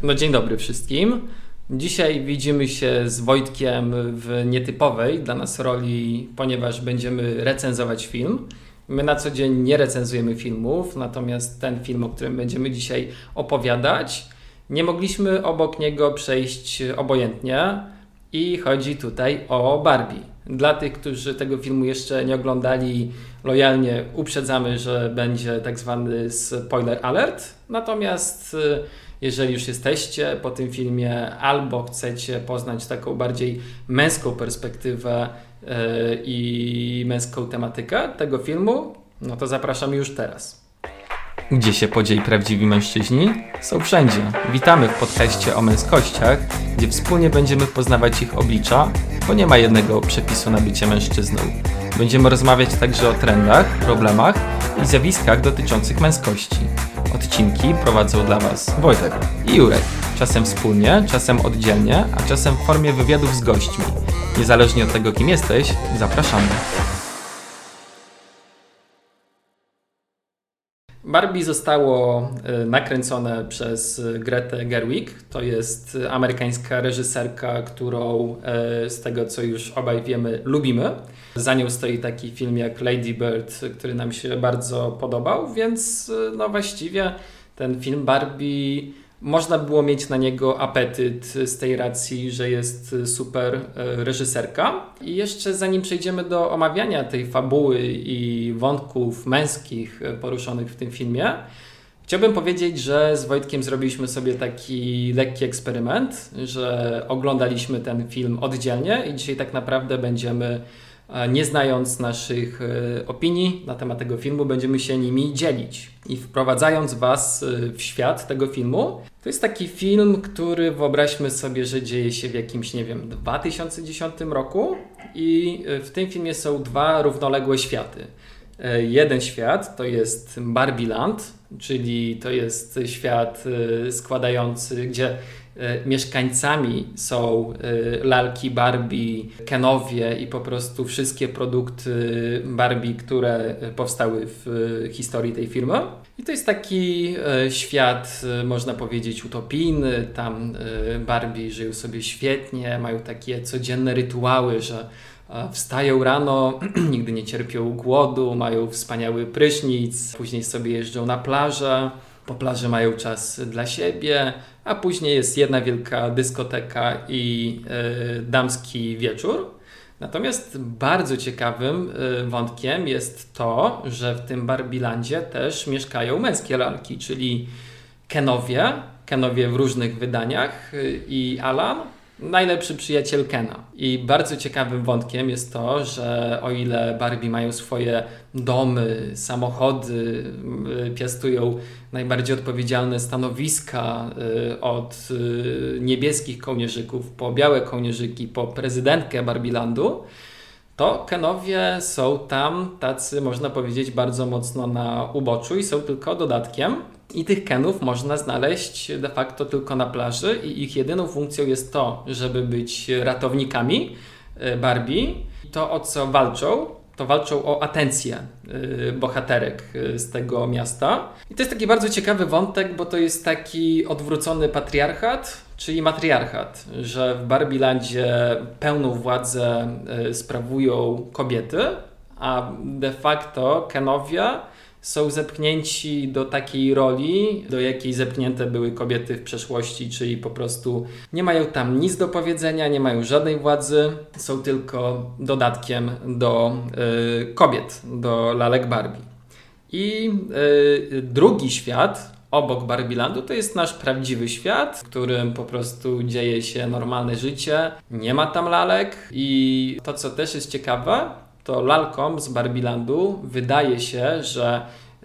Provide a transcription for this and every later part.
No dzień dobry wszystkim. Dzisiaj widzimy się z Wojtkiem w nietypowej dla nas roli, ponieważ będziemy recenzować film. My na co dzień nie recenzujemy filmów, natomiast ten film, o którym będziemy dzisiaj opowiadać, nie mogliśmy obok niego przejść obojętnie i chodzi tutaj o Barbie. Dla tych, którzy tego filmu jeszcze nie oglądali, lojalnie uprzedzamy, że będzie tak zwany spoiler alert. Natomiast jeżeli już jesteście po tym filmie albo chcecie poznać taką bardziej męską perspektywę i męską tematykę tego filmu, no to zapraszamy już teraz. Gdzie się podzieli prawdziwi mężczyźni? Są wszędzie. Witamy w podcaście o męskościach, gdzie wspólnie będziemy poznawać ich oblicza, bo nie ma jednego przepisu na bycie mężczyzną. Będziemy rozmawiać także o trendach, problemach i zjawiskach dotyczących męskości. Odcinki prowadzą dla Was Wojtek i Jurek. Czasem wspólnie, czasem oddzielnie, a czasem w formie wywiadów z gośćmi. Niezależnie od tego, kim jesteś, zapraszamy. Barbie zostało nakręcone przez Gretę Gerwig. To jest amerykańska reżyserka, którą z tego co już obaj wiemy, lubimy. Za nią stoi taki film jak Lady Bird, który nam się bardzo podobał, więc no właściwie ten film Barbie można było mieć na niego apetyt z tej racji, że jest super reżyserka. I jeszcze zanim przejdziemy do omawiania tej fabuły i wątków męskich poruszonych w tym filmie, chciałbym powiedzieć, że z Wojtkiem zrobiliśmy sobie taki lekki eksperyment, że oglądaliśmy ten film oddzielnie i dzisiaj tak naprawdę będziemy, nie znając naszych opinii na temat tego filmu, będziemy się nimi dzielić. I wprowadzając Was w świat tego filmu, to jest taki film, który wyobraźmy sobie, że dzieje się w jakimś, 2010 roku i w tym filmie są dwa równoległe światy. Jeden świat to jest Barbieland, czyli to jest świat składający, gdzie mieszkańcami są lalki Barbie, Kenowie i po prostu wszystkie produkty Barbie, które powstały w historii tej firmy. I to jest taki świat, można powiedzieć, utopijny. Tam Barbie żyją sobie świetnie, mają takie codzienne rytuały, że wstają rano, nigdy nie cierpią głodu, mają wspaniały prysznic, później sobie jeżdżą na plażę. Po plaży mają czas dla siebie, a później jest jedna wielka dyskoteka i damski wieczór. Natomiast bardzo ciekawym wątkiem jest to, że w tym Barbielandzie też mieszkają męskie lalki, czyli Kenowie w różnych wydaniach i Alan, najlepszy przyjaciel Kena. I bardzo ciekawym wątkiem jest to, że o ile Barbie mają swoje domy, samochody, piastują najbardziej odpowiedzialne stanowiska od niebieskich kołnierzyków po białe kołnierzyki, po prezydentkę Barbielandu, to Kenowie są tam tacy, można powiedzieć, bardzo mocno na uboczu i są tylko dodatkiem. I tych Kenów można znaleźć de facto tylko na plaży i ich jedyną funkcją jest to, żeby być ratownikami Barbie. To o co walczą, to walczą o atencję bohaterek z tego miasta. I to jest taki bardzo ciekawy wątek, bo to jest taki odwrócony patriarchat, czyli matriarchat, że w Barbielandzie pełną władzę sprawują kobiety, a de facto Kenowie są zepchnięci do takiej roli, do jakiej zepchnięte były kobiety w przeszłości, czyli po prostu nie mają tam nic do powiedzenia, nie mają żadnej władzy, są tylko dodatkiem do kobiet, do lalek Barbie. I drugi świat obok Barbielandu to jest nasz prawdziwy świat, w którym po prostu dzieje się normalne życie, nie ma tam lalek i to, co też jest ciekawe, to lalkom z Barbielandu wydaje się, że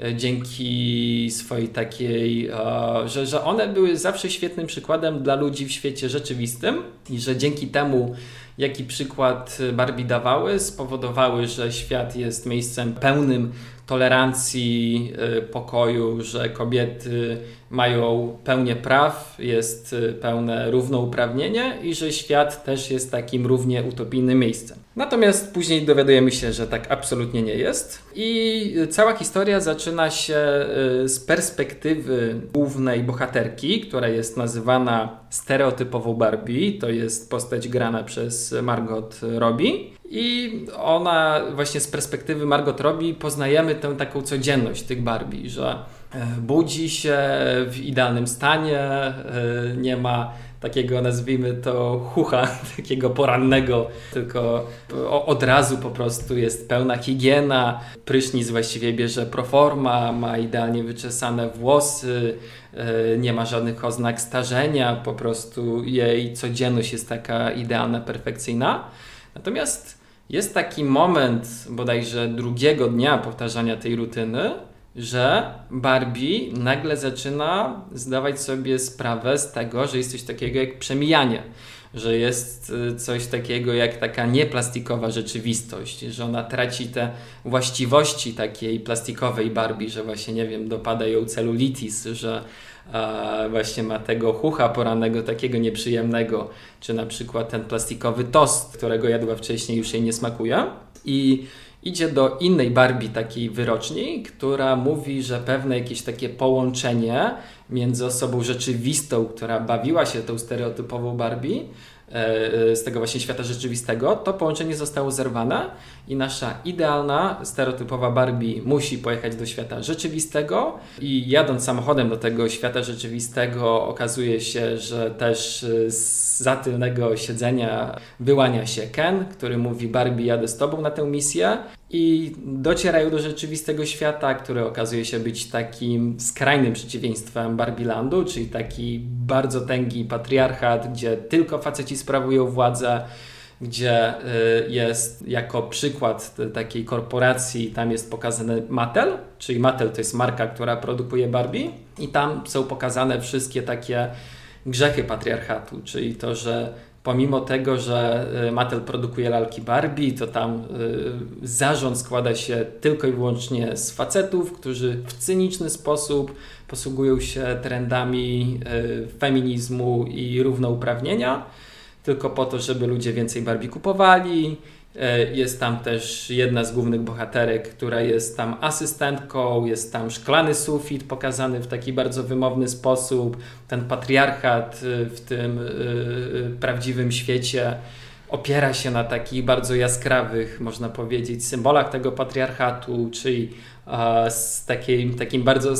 dzięki swojej takiej, że one były zawsze świetnym przykładem dla ludzi w świecie rzeczywistym i że dzięki temu, jaki przykład Barbie dawały, spowodowały, że świat jest miejscem pełnym tolerancji, pokoju, że kobiety mają pełnię praw, jest pełne równouprawnienie i że świat też jest takim równie utopijnym miejscem. Natomiast później dowiadujemy się, że tak absolutnie nie jest i cała historia zaczyna się z perspektywy głównej bohaterki, która jest nazywana stereotypową Barbie. To jest postać grana przez Margot Robbie i ona właśnie z perspektywy Margot Robbie poznajemy tę taką codzienność tych Barbie, że budzi się w idealnym stanie, nie ma takiego, nazwijmy to, chucha, takiego porannego, tylko od razu po prostu jest pełna higiena, prysznic właściwie bierze proforma, ma idealnie wyczesane włosy, nie ma żadnych oznak starzenia, po prostu jej codzienność jest taka idealna, perfekcyjna. Natomiast jest taki moment bodajże drugiego dnia powtarzania tej rutyny, że Barbie nagle zaczyna zdawać sobie sprawę z tego, że jest coś takiego jak przemijanie, że jest coś takiego jak taka nieplastikowa rzeczywistość, że ona traci te właściwości takiej plastikowej Barbie, że właśnie, nie wiem, dopada ją celulitis, że właśnie ma tego chucha porannego takiego nieprzyjemnego, czy na przykład ten plastikowy tost, którego jadła wcześniej, już jej nie smakuje i idzie do innej Barbie takiej wyroczni, która mówi, że pewne jakieś takie połączenie między osobą rzeczywistą, która bawiła się tą stereotypową Barbie, z tego właśnie świata rzeczywistego, to połączenie zostało zerwane i nasza idealna, stereotypowa Barbie musi pojechać do świata rzeczywistego i jadąc samochodem do tego świata rzeczywistego okazuje się, że też za tylnego siedzenia wyłania się Ken, który mówi: Barbie, jadę z tobą na tę misję, i docierają do rzeczywistego świata, który okazuje się być takim skrajnym przeciwieństwem Barbielandu, czyli taki bardzo tęgi patriarchat, gdzie tylko faceci sprawują władzę, gdzie jest jako przykład takiej korporacji, tam jest pokazany Mattel, czyli Mattel to jest marka, która produkuje Barbie i tam są pokazane wszystkie takie grzechy patriarchatu, czyli to, że pomimo tego, że Mattel produkuje lalki Barbie, to tam zarząd składa się tylko i wyłącznie z facetów, którzy w cyniczny sposób posługują się trendami feminizmu i równouprawnienia, tylko po to, żeby ludzie więcej Barbie kupowali. Jest tam też jedna z głównych bohaterek, która jest tam asystentką, jest tam szklany sufit pokazany w taki bardzo wymowny sposób. Ten patriarchat w tym prawdziwym świecie opiera się na takich bardzo jaskrawych, można powiedzieć, symbolach tego patriarchatu, czyli z takim bardzo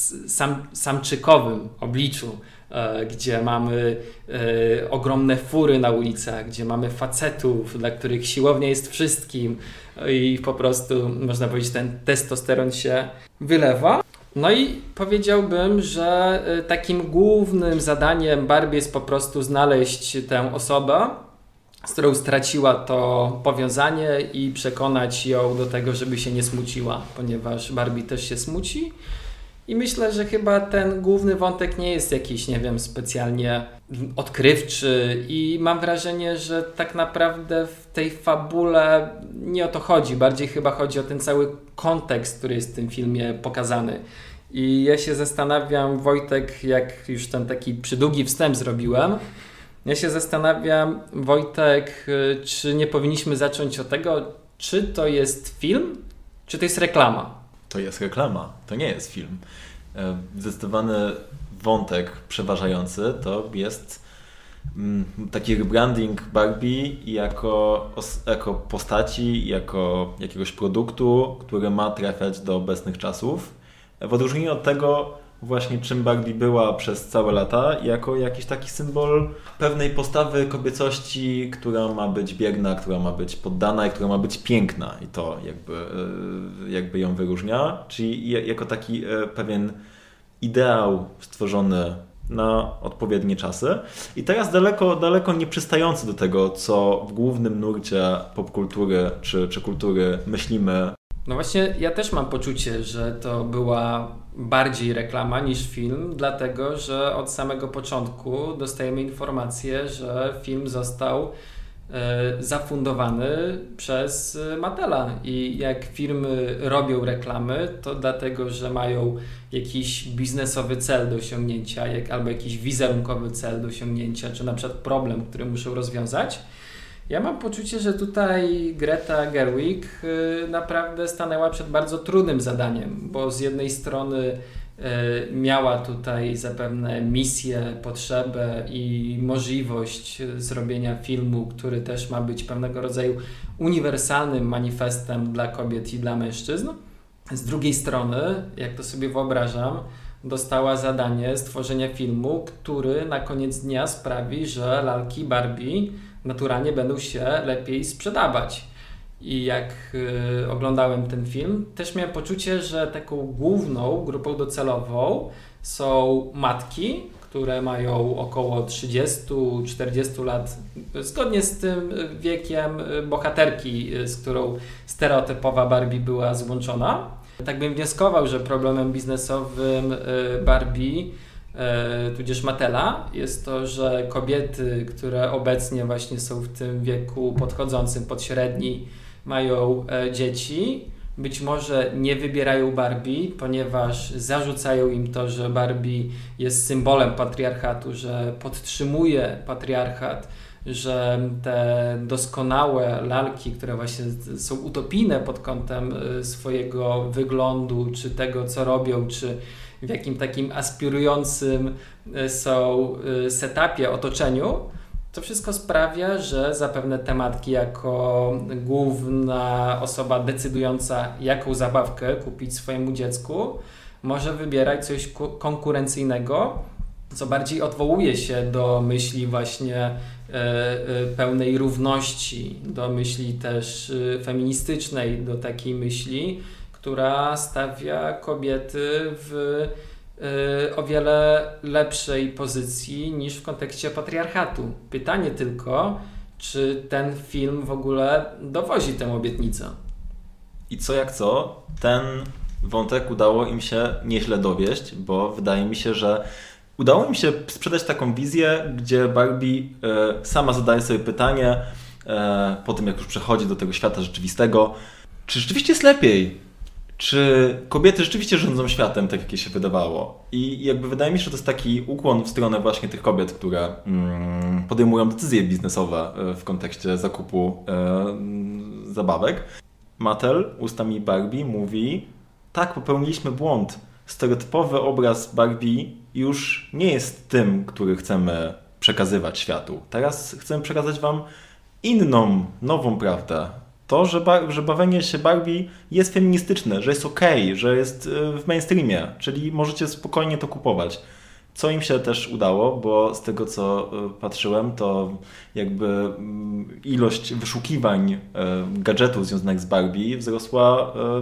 samczykowym obliczu, gdzie mamy ogromne fury na ulicach, gdzie mamy facetów, dla których siłownia jest wszystkim i po prostu, można powiedzieć, ten testosteron się wylewa. No i powiedziałbym, że takim głównym zadaniem Barbie jest po prostu znaleźć tę osobę, z którą straciła to powiązanie i przekonać ją do tego, żeby się nie smuciła, ponieważ Barbie też się smuci. I myślę, że chyba ten główny wątek nie jest jakiś, nie wiem, specjalnie odkrywczy i mam wrażenie, że tak naprawdę w tej fabule nie o to chodzi. Bardziej chyba chodzi o ten cały kontekst, który jest w tym filmie pokazany. I ja się zastanawiam, Wojtek, jak już ten taki przydługi wstęp zrobiłem, ja się zastanawiam, Wojtek, czy nie powinniśmy zacząć od tego, czy to jest film, czy to jest reklama? To jest reklama, to nie jest film. Zdecydowany wątek przeważający to jest taki rebranding Barbie jako postaci, jako jakiegoś produktu, który ma trafiać do obecnych czasów. W odróżnieniu od tego właśnie czym Barbie była przez całe lata, jako jakiś taki symbol pewnej postawy kobiecości, która ma być bierna, która ma być poddana i która ma być piękna. I to jakby ją wyróżnia. Czyli jako taki pewien ideał stworzony na odpowiednie czasy. I teraz daleko nie przystający do tego, co w głównym nurcie popkultury czy kultury myślimy. No właśnie, ja też mam poczucie, że to była bardziej reklama niż film, dlatego że od samego początku dostajemy informację, że film został zafundowany przez Mattela i jak firmy robią reklamy, to dlatego, że mają jakiś biznesowy cel do osiągnięcia, albo jakiś wizerunkowy cel do osiągnięcia, czy na przykład problem, który muszą rozwiązać. Ja mam poczucie, że tutaj Greta Gerwig naprawdę stanęła przed bardzo trudnym zadaniem, bo z jednej strony miała tutaj zapewne misję, potrzebę i możliwość zrobienia filmu, który też ma być pewnego rodzaju uniwersalnym manifestem dla kobiet i dla mężczyzn. Z drugiej strony, jak to sobie wyobrażam, dostała zadanie stworzenia filmu, który na koniec dnia sprawi, że lalki Barbie naturalnie będą się lepiej sprzedawać. I jak oglądałem ten film, też miałem poczucie, że taką główną grupą docelową są matki, które mają około 30-40 lat, zgodnie z tym wiekiem bohaterki, z którą stereotypowa Barbie była złączona. Tak bym wnioskował, że problemem biznesowym Barbie tudzież Mattela jest to, że kobiety, które obecnie właśnie są w tym wieku podchodzącym pod średni, mają dzieci, być może nie wybierają Barbie, ponieważ zarzucają im to, że Barbie jest symbolem patriarchatu, że podtrzymuje patriarchat, że te doskonałe lalki, które właśnie są utopijne pod kątem swojego wyglądu, czy tego, co robią, czy w jakim takim aspirującym są setupie, otoczeniu, to wszystko sprawia, że zapewne te matki jako główna osoba decydująca, jaką zabawkę kupić swojemu dziecku, może wybierać coś konkurencyjnego, co bardziej odwołuje się do myśli właśnie pełnej równości, do myśli też feministycznej, do takiej myśli, która stawia kobiety w o wiele lepszej pozycji niż w kontekście patriarchatu. Pytanie tylko, czy ten film w ogóle dowozi tę obietnicę. I co jak co, ten wątek udało im się nieźle dowieść, bo wydaje mi się, że udało im się sprzedać taką wizję, gdzie Barbie sama zadaje sobie pytanie, po tym jak już przechodzi do tego świata rzeczywistego, czy rzeczywiście jest lepiej? Czy kobiety rzeczywiście rządzą światem, tak jak się wydawało? I jakby wydaje mi się, że to jest taki ukłon w stronę właśnie tych kobiet, które podejmują decyzje biznesowe w kontekście zakupu zabawek. Mattel ustami Barbie mówi, tak, popełniliśmy błąd. Stereotypowy obraz Barbie już nie jest tym, który chcemy przekazywać światu. Teraz chcemy przekazać wam inną, nową prawdę. To, że bawienie się Barbie jest feministyczne, że jest okej, że jest w mainstreamie, czyli możecie spokojnie to kupować. Co im się też udało, bo z tego co patrzyłem, to jakby ilość wyszukiwań gadżetów związanych z Barbie wzrosła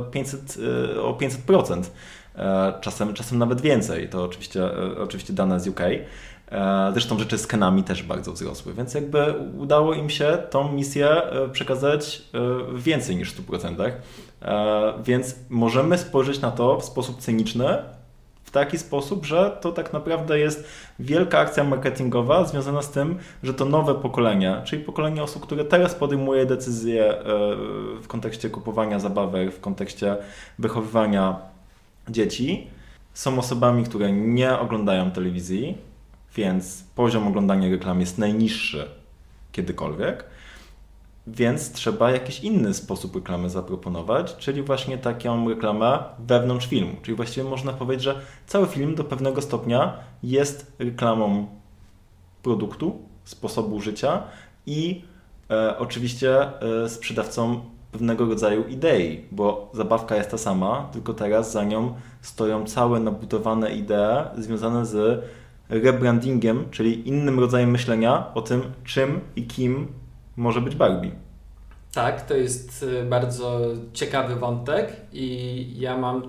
o 500%. Czasem nawet więcej. To oczywiście dane z UK. Zresztą rzeczy z Kenami też bardzo wzrosły, więc jakby udało im się tą misję przekazać więcej niż w 100%. Więc możemy spojrzeć na to w sposób cyniczny, w taki sposób, że to tak naprawdę jest wielka akcja marketingowa związana z tym, że to nowe pokolenie, czyli pokolenie osób, które teraz podejmuje decyzje w kontekście kupowania zabawek, w kontekście wychowywania dzieci, są osobami, które nie oglądają telewizji, więc poziom oglądania reklam jest najniższy kiedykolwiek, więc trzeba jakiś inny sposób reklamy zaproponować, czyli właśnie taką reklamę wewnątrz filmu. Czyli właściwie można powiedzieć, że cały film do pewnego stopnia jest reklamą produktu, sposobu życia i oczywiście sprzedawcą pewnego rodzaju idei, bo zabawka jest ta sama, tylko teraz za nią stoją całe nabudowane idee związane z rebrandingiem, czyli innym rodzajem myślenia o tym, czym i kim może być Barbie. Tak, to jest bardzo ciekawy wątek i ja mam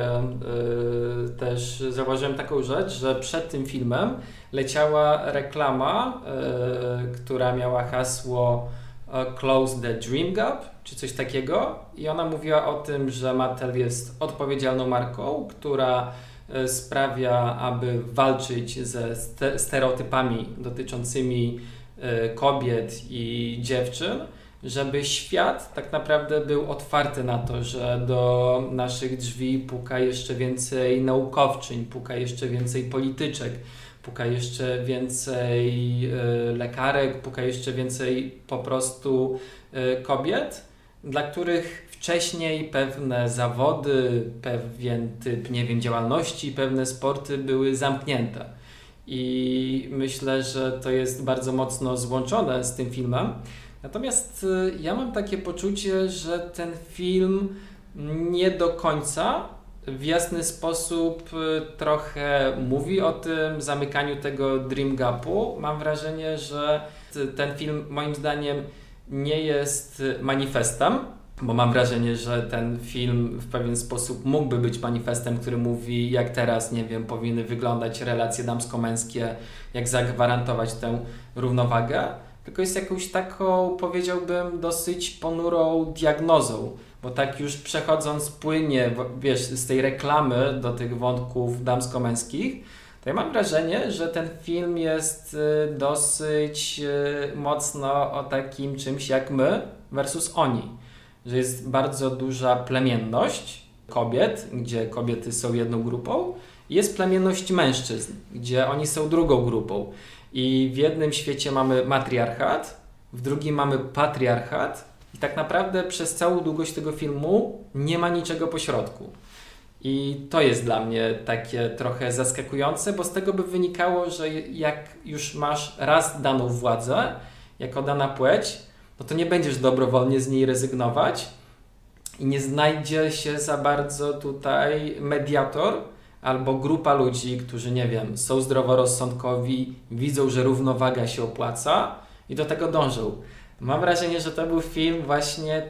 też zauważyłem taką rzecz, że przed tym filmem leciała reklama, która miała hasło Close the Dream Gap, czy coś takiego i ona mówiła o tym, że Mattel jest odpowiedzialną marką, która sprawia, aby walczyć ze stereotypami dotyczącymi kobiet i dziewczyn, żeby świat tak naprawdę był otwarty na to, że do naszych drzwi puka jeszcze więcej naukowczyń, puka jeszcze więcej polityczek, puka jeszcze więcej lekarek, puka jeszcze więcej po prostu kobiet, dla których wcześniej pewne zawody, pewien typ, nie wiem, działalności, pewne sporty były zamknięte. I myślę, że to jest bardzo mocno złączone z tym filmem. Natomiast ja mam takie poczucie, że ten film nie do końca w jasny sposób trochę mówi o tym zamykaniu tego Dream Gapu. Mam wrażenie, że ten film moim zdaniem nie jest manifestem, bo mam wrażenie, że ten film w pewien sposób mógłby być manifestem, który mówi, jak teraz, nie wiem, powinny wyglądać relacje damsko-męskie, jak zagwarantować tę równowagę, tylko jest jakąś taką, powiedziałbym, dosyć ponurą diagnozą, bo tak już przechodząc płynnie, wiesz, z tej reklamy do tych wątków damsko-męskich, to ja mam wrażenie, że ten film jest dosyć mocno o takim czymś jak my versus oni. Że jest bardzo duża plemienność kobiet, gdzie kobiety są jedną grupą, i jest plemienność mężczyzn, gdzie oni są drugą grupą. I w jednym świecie mamy matriarchat, w drugim mamy patriarchat i tak naprawdę przez całą długość tego filmu nie ma niczego pośrodku. I to jest dla mnie takie trochę zaskakujące, bo z tego by wynikało, że jak już masz raz daną władzę, jako dana płeć, no to nie będziesz dobrowolnie z niej rezygnować i nie znajdzie się za bardzo tutaj mediator albo grupa ludzi, którzy, nie wiem, są zdroworozsądkowi, widzą, że równowaga się opłaca i do tego dążą. Mam wrażenie, że to był film właśnie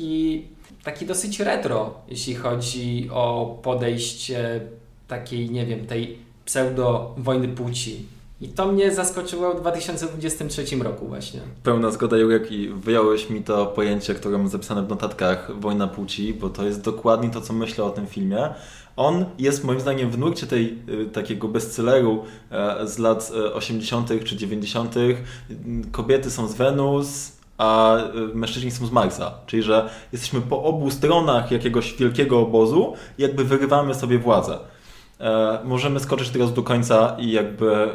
taki dosyć retro, jeśli chodzi o podejście takiej, nie wiem, tej pseudo-wojny płci. I to mnie zaskoczyło w 2023 roku właśnie. Pełna zgoda, Jurek, i wyjąłeś mi to pojęcie, które mam zapisane w notatkach, wojna płci, bo to jest dokładnie to, co myślę o tym filmie. On jest moim zdaniem w nurcie takiego bestselleru z lat 80. czy 90. Kobiety są z Wenus, a mężczyźni są z Marsa. Czyli, że jesteśmy po obu stronach jakiegoś wielkiego obozu i jakby wyrywamy sobie władzę. Możemy skoczyć teraz do końca i jakby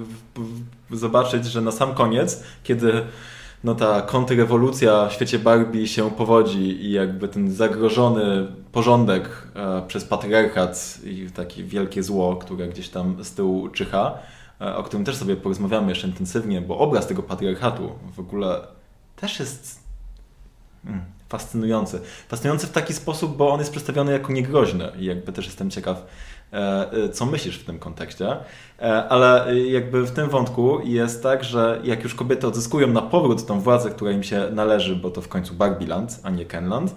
zobaczyć, że na sam koniec, kiedy ta kontrrewolucja w świecie Barbie się powodzi i jakby ten zagrożony porządek przez patriarchat i takie wielkie zło, które gdzieś tam z tyłu czyha, o którym też sobie porozmawiamy jeszcze intensywnie, bo obraz tego patriarchatu w ogóle też jest fascynujący. Fascynujący w taki sposób, bo on jest przedstawiony jako niegroźny i jakby też jestem ciekaw, co myślisz w tym kontekście, ale jakby w tym wątku jest tak, że jak już kobiety odzyskują na powrót tą władzę, która im się należy, bo to w końcu Barbieland, a nie Kenland,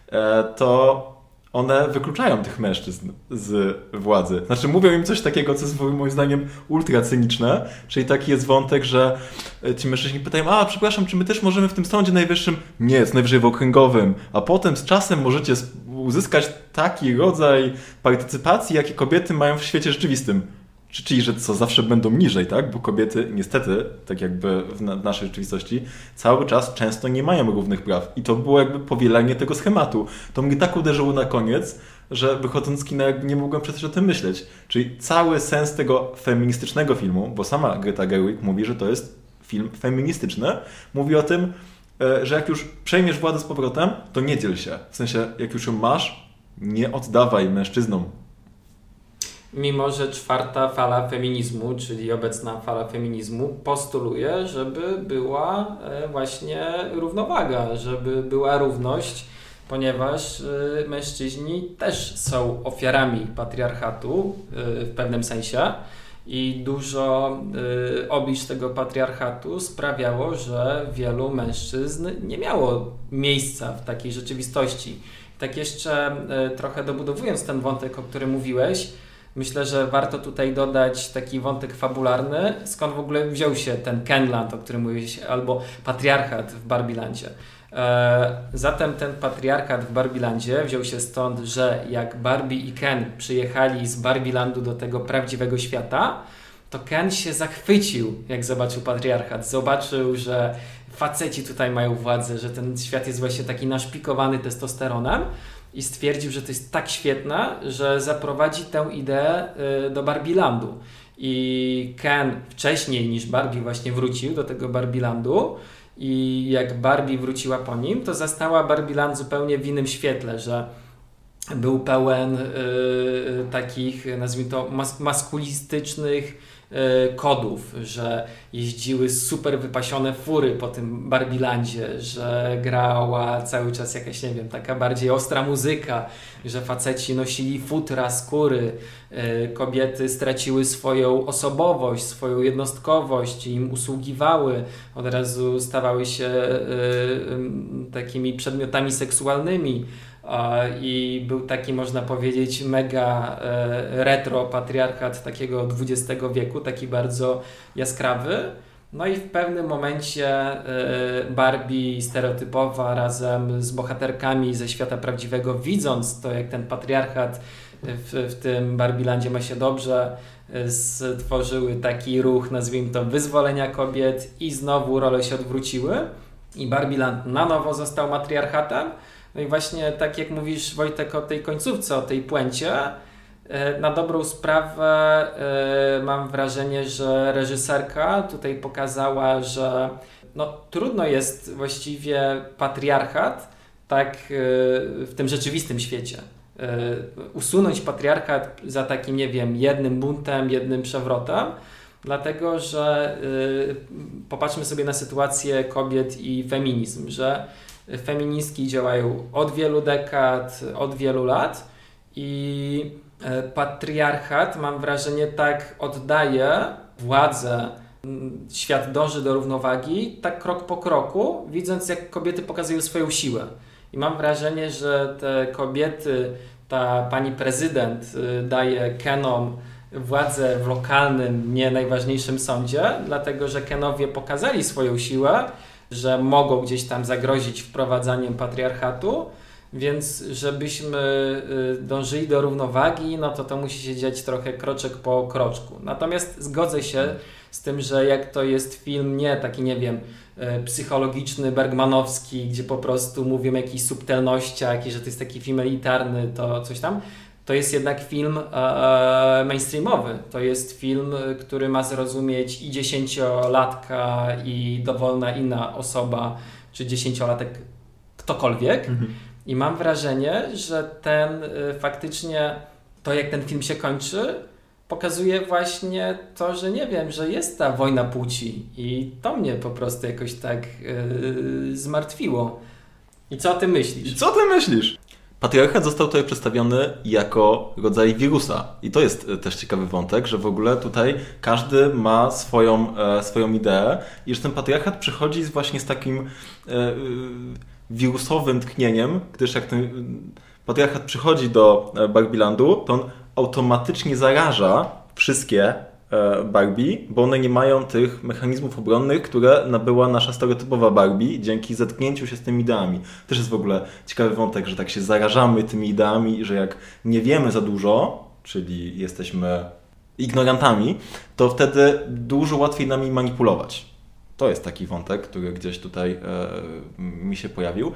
to one wykluczają tych mężczyzn z władzy. Znaczy mówią im coś takiego, co jest moim zdaniem ultra cyniczne, czyli taki jest wątek, że ci mężczyźni pytają, przepraszam, czy my też możemy w tym sądzie najwyższym? Nie, co najwyżej w okręgowym, a potem z czasem możecie uzyskać taki rodzaj partycypacji, jakie kobiety mają w świecie rzeczywistym. Czyli, że co, zawsze będą niżej, tak? Bo kobiety niestety, tak jakby w naszej rzeczywistości, cały czas często nie mają równych praw. I to było jakby powielanie tego schematu. To mnie tak uderzyło na koniec, że wychodząc z kina jakby nie mogłem przestać o tym myśleć. Czyli cały sens tego feministycznego filmu, bo sama Greta Gerwig mówi, że to jest film feministyczny, mówi o tym, że jak już przejmiesz władzę z powrotem, to nie dziel się. W sensie, jak już ją masz, nie oddawaj mężczyznom. Mimo że czwarta fala feminizmu, czyli obecna fala feminizmu, postuluje, żeby była właśnie równowaga, żeby była równość, ponieważ mężczyźni też są ofiarami patriarchatu w pewnym sensie i dużo oblicz tego patriarchatu sprawiało, że wielu mężczyzn nie miało miejsca w takiej rzeczywistości. Tak jeszcze trochę dobudowując ten wątek, o którym mówiłeś, myślę, że warto tutaj dodać taki wątek fabularny, skąd w ogóle wziął się ten Kenland, o którym mówiłeś, albo patriarchat w Barbielandzie. Zatem ten patriarchat w Barbielandzie wziął się stąd, że jak Barbie i Ken przyjechali z Barbielandu do tego prawdziwego świata, to Ken się zachwycił, jak zobaczył patriarchat. Zobaczył, że faceci tutaj mają władzę, że ten świat jest właśnie taki naszpikowany testosteronem i stwierdził, że to jest tak świetne, że zaprowadzi tę ideę do Barbielandu. I Ken wcześniej niż Barbie właśnie wrócił do tego Barbielandu i jak Barbie wróciła po nim, to zastała Barbieland zupełnie w innym świetle, że był pełen takich, nazwijmy to, maskulistycznych kodów, że jeździły super wypasione fury po tym Barbielandzie, że grała cały czas jakaś, nie wiem, taka bardziej ostra muzyka, że faceci nosili futra, skóry, kobiety straciły swoją osobowość, swoją jednostkowość, im usługiwały, od razu stawały się takimi przedmiotami seksualnymi. I był taki, można powiedzieć, mega retro patriarchat takiego XX wieku, taki bardzo jaskrawy. No i w pewnym momencie Barbie stereotypowa razem z bohaterkami ze świata prawdziwego, widząc to, jak ten patriarchat w tym Barbielandzie ma się dobrze, stworzyły taki ruch, nazwijmy to, wyzwolenia kobiet i znowu role się odwróciły i Barbieland na nowo został matriarchatem. No i właśnie tak jak mówisz, Wojtek, o tej końcówce, o tej puencie, na dobrą sprawę mam wrażenie, że reżyserka tutaj pokazała, że no, trudno jest właściwie patriarchat tak w tym rzeczywistym świecie. Usunąć patriarchat za takim, nie wiem, jednym buntem, jednym przewrotem, dlatego że popatrzmy sobie na sytuację kobiet i feminizm, że feministki działają od wielu dekad, od wielu lat i patriarchat, mam wrażenie, tak oddaje władzę, świat dąży do równowagi, tak krok po kroku, widząc jak kobiety pokazują swoją siłę. I mam wrażenie, że te kobiety, ta pani prezydent daje Kenom władzę w lokalnym, nie najważniejszym sądzie, dlatego że Kenowie pokazali swoją siłę, że mogą gdzieś tam zagrozić wprowadzaniem patriarchatu, więc żebyśmy dążyli do równowagi, no to musi się dziać trochę kroczek po kroczku. Natomiast zgodzę się z tym, że jak to jest film nie taki, nie wiem, psychologiczny, bergmanowski, gdzie po prostu mówią o jakichś subtelnościach i że to jest taki film elitarny, to coś tam, to jest jednak film mainstreamowy. To jest film, który ma zrozumieć i 10-latka, i dowolna inna osoba, czy 10-latek, ktokolwiek. I mam wrażenie, że faktycznie to, jak ten film się kończy, pokazuje właśnie to, że nie wiem, że jest ta wojna płci. I to mnie po prostu jakoś tak zmartwiło. I co o tym myślisz? Patriarchat został tutaj przedstawiony jako rodzaj wirusa. I to jest też ciekawy wątek, że w ogóle tutaj każdy ma swoją ideę i że ten patriarchat przychodzi właśnie z takim wirusowym tchnieniem, gdyż jak ten patriarchat przychodzi do Barbielandu, to on automatycznie zaraża wszystkie Barbie, bo one nie mają tych mechanizmów obronnych, które nabyła nasza stereotypowa Barbie dzięki zetknięciu się z tymi ideami. Też jest w ogóle ciekawy wątek, że tak się zarażamy tymi ideami, że jak nie wiemy za dużo, czyli jesteśmy ignorantami, to wtedy dużo łatwiej nami manipulować. To jest taki wątek, który gdzieś tutaj mi się pojawił.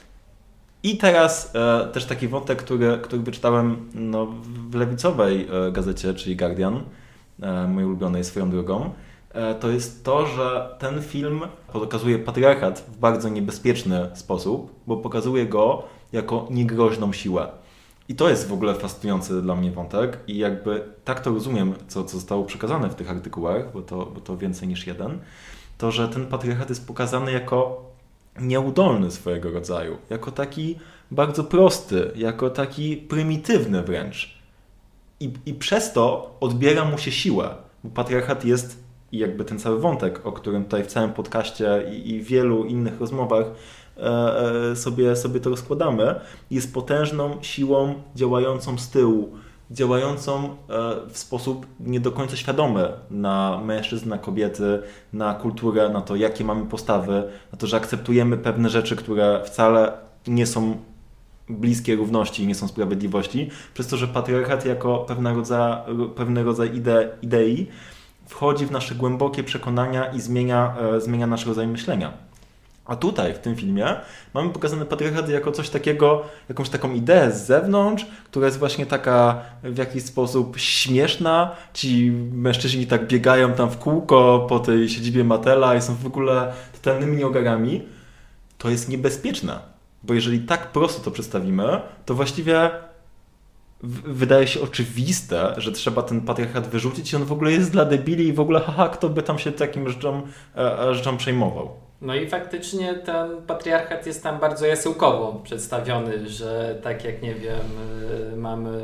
I teraz też taki wątek, który wyczytałem w lewicowej gazecie, czyli Guardian, mojej ulubionej swoją drogą, to jest to, że ten film pokazuje patriarchat w bardzo niebezpieczny sposób, bo pokazuje go jako niegroźną siłę. I to jest w ogóle fascynujący dla mnie wątek i jakby tak to rozumiem, co zostało przekazane w tych artykułach, bo to więcej niż jeden, to, że ten patriarchat jest pokazany jako nieudolny swojego rodzaju, jako taki bardzo prosty, jako taki prymitywny wręcz. I przez to odbiera mu się siłę, bo patriarchat jest, i jakby ten cały wątek, o którym tutaj w całym podcaście i wielu innych rozmowach sobie to rozkładamy, jest potężną siłą działającą z tyłu, działającą w sposób nie do końca świadomy na mężczyzn, na kobiety, na kulturę, na to, jakie mamy postawy, na to, że akceptujemy pewne rzeczy, które wcale nie są bliskie równości i nie są sprawiedliwości, przez to, że patriarchat jako pewny rodzaj idei wchodzi w nasze głębokie przekonania i zmienia nasz rodzaj myślenia. A tutaj, w tym filmie, mamy pokazany patriarchat jako coś takiego, jakąś taką ideę z zewnątrz, która jest właśnie taka w jakiś sposób śmieszna. Ci mężczyźni tak biegają tam w kółko po tej siedzibie Mattela i są w ogóle totalnymi nieogarami. To jest niebezpieczne, bo jeżeli tak prosto to przedstawimy, to właściwie wydaje się oczywiste, że trzeba ten patriarchat wyrzucić i on w ogóle jest dla debili i w ogóle haha, kto by tam się takim rzeczom przejmował. No i faktycznie ten patriarchat jest tam bardzo jasełkowo przedstawiony, że tak jak nie wiem, mamy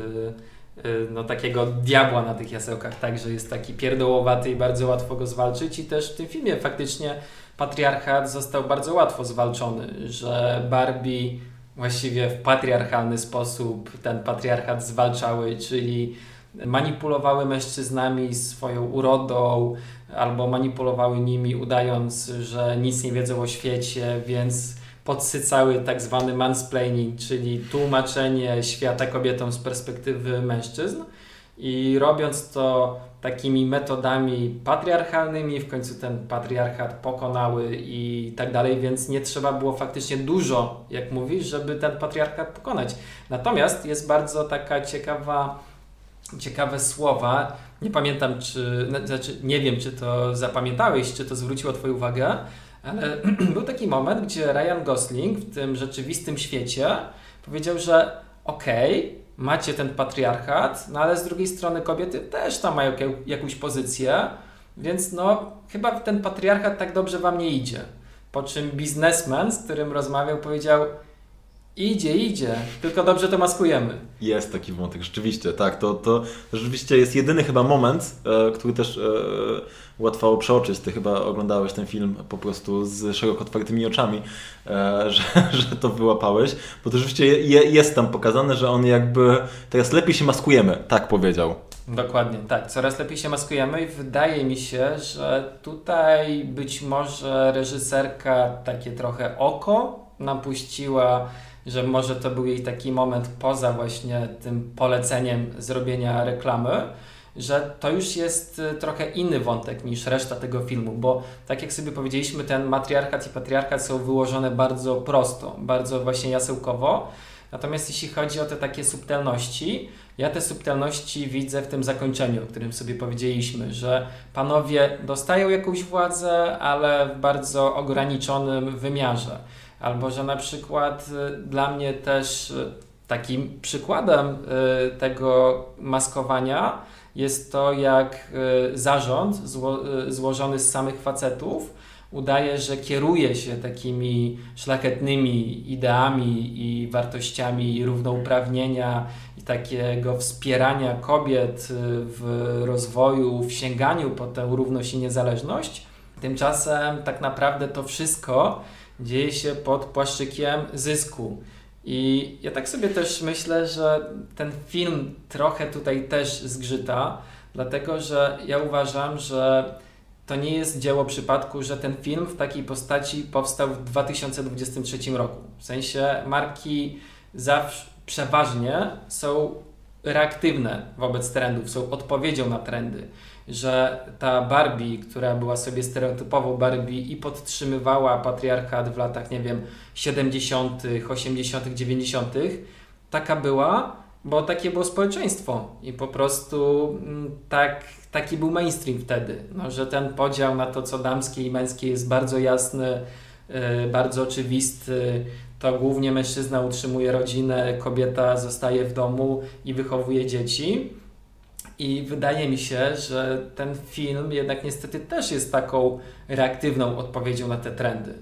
no takiego diabła na tych jasełkach, tak, że jest taki pierdołowaty i bardzo łatwo go zwalczyć i też w tym filmie faktycznie patriarchat został bardzo łatwo zwalczony, że Barbie właściwie w patriarchalny sposób ten patriarchat zwalczały, czyli manipulowały mężczyznami swoją urodą albo manipulowały nimi udając, że nic nie wiedzą o świecie, więc podsycały tak zwany mansplaining, czyli tłumaczenie świata kobietom z perspektywy mężczyzn i robiąc to takimi metodami patriarchalnymi, w końcu ten patriarchat pokonały i tak dalej, więc nie trzeba było faktycznie dużo, jak mówisz, żeby ten patriarchat pokonać. Natomiast jest bardzo taka ciekawe słowa, nie pamiętam nie wiem czy to zapamiętałeś, czy to zwróciło Twoją uwagę, ale był taki moment, gdzie Ryan Gosling w tym rzeczywistym świecie powiedział, że macie ten patriarchat, no ale z drugiej strony kobiety też tam mają jakąś pozycję, więc no chyba ten patriarchat tak dobrze wam nie idzie. Po czym biznesmen, z którym rozmawiał, powiedział: idzie, tylko dobrze to maskujemy. Jest taki wątek, rzeczywiście, tak, to rzeczywiście jest jedyny chyba moment, który też łatwo przeoczyć. Ty chyba oglądałeś ten film po prostu z szeroko otwartymi oczami, że to wyłapałeś, bo to rzeczywiście jest tam pokazane, że on jakby teraz lepiej się maskujemy, tak powiedział. Dokładnie, tak. Coraz lepiej się maskujemy i wydaje mi się, że tutaj być może reżyserka takie trochę oko napuściła, że może to był jej taki moment poza właśnie tym poleceniem zrobienia reklamy, że to już jest trochę inny wątek niż reszta tego filmu, bo tak jak sobie powiedzieliśmy, ten matriarchat i patriarchat są wyłożone bardzo prosto, bardzo właśnie jasełkowo. Natomiast jeśli chodzi o te takie subtelności, ja te subtelności widzę w tym zakończeniu, o którym sobie powiedzieliśmy, że panowie dostają jakąś władzę, ale w bardzo ograniczonym wymiarze. Albo że na przykład dla mnie też takim przykładem tego maskowania jest to, jak zarząd złożony z samych facetów udaje, że kieruje się takimi szlachetnymi ideami i wartościami równouprawnienia i takiego wspierania kobiet w rozwoju, w sięganiu po tę równość i niezależność. Tymczasem tak naprawdę to wszystko dzieje się pod płaszczykiem zysku. I ja tak sobie też myślę, że ten film trochę tutaj też zgrzyta, dlatego że ja uważam, że to nie jest dzieło przypadku, że ten film w takiej postaci powstał w 2023 roku. W sensie marki zawsze przeważnie są reaktywne wobec trendów, są odpowiedzią na trendy. Że ta Barbie, która była sobie stereotypową Barbie i podtrzymywała patriarchat w latach, nie wiem, 70., 80., 90., taka była, bo takie było społeczeństwo i po prostu taki był mainstream wtedy, no, że ten podział na to, co damskie i męskie jest bardzo jasny, bardzo oczywisty. To głównie mężczyzna utrzymuje rodzinę, kobieta zostaje w domu i wychowuje dzieci. I wydaje mi się, że ten film jednak niestety też jest taką reaktywną odpowiedzią na te trendy.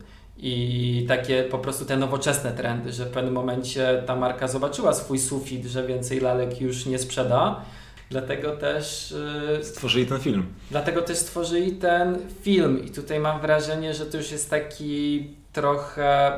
I takie po prostu te nowoczesne trendy, że w pewnym momencie ta marka zobaczyła swój sufit, że więcej lalek już nie sprzeda. Dlatego też stworzyli ten film. Dlatego też stworzyli ten film. I tutaj mam wrażenie, że to już jest taki trochę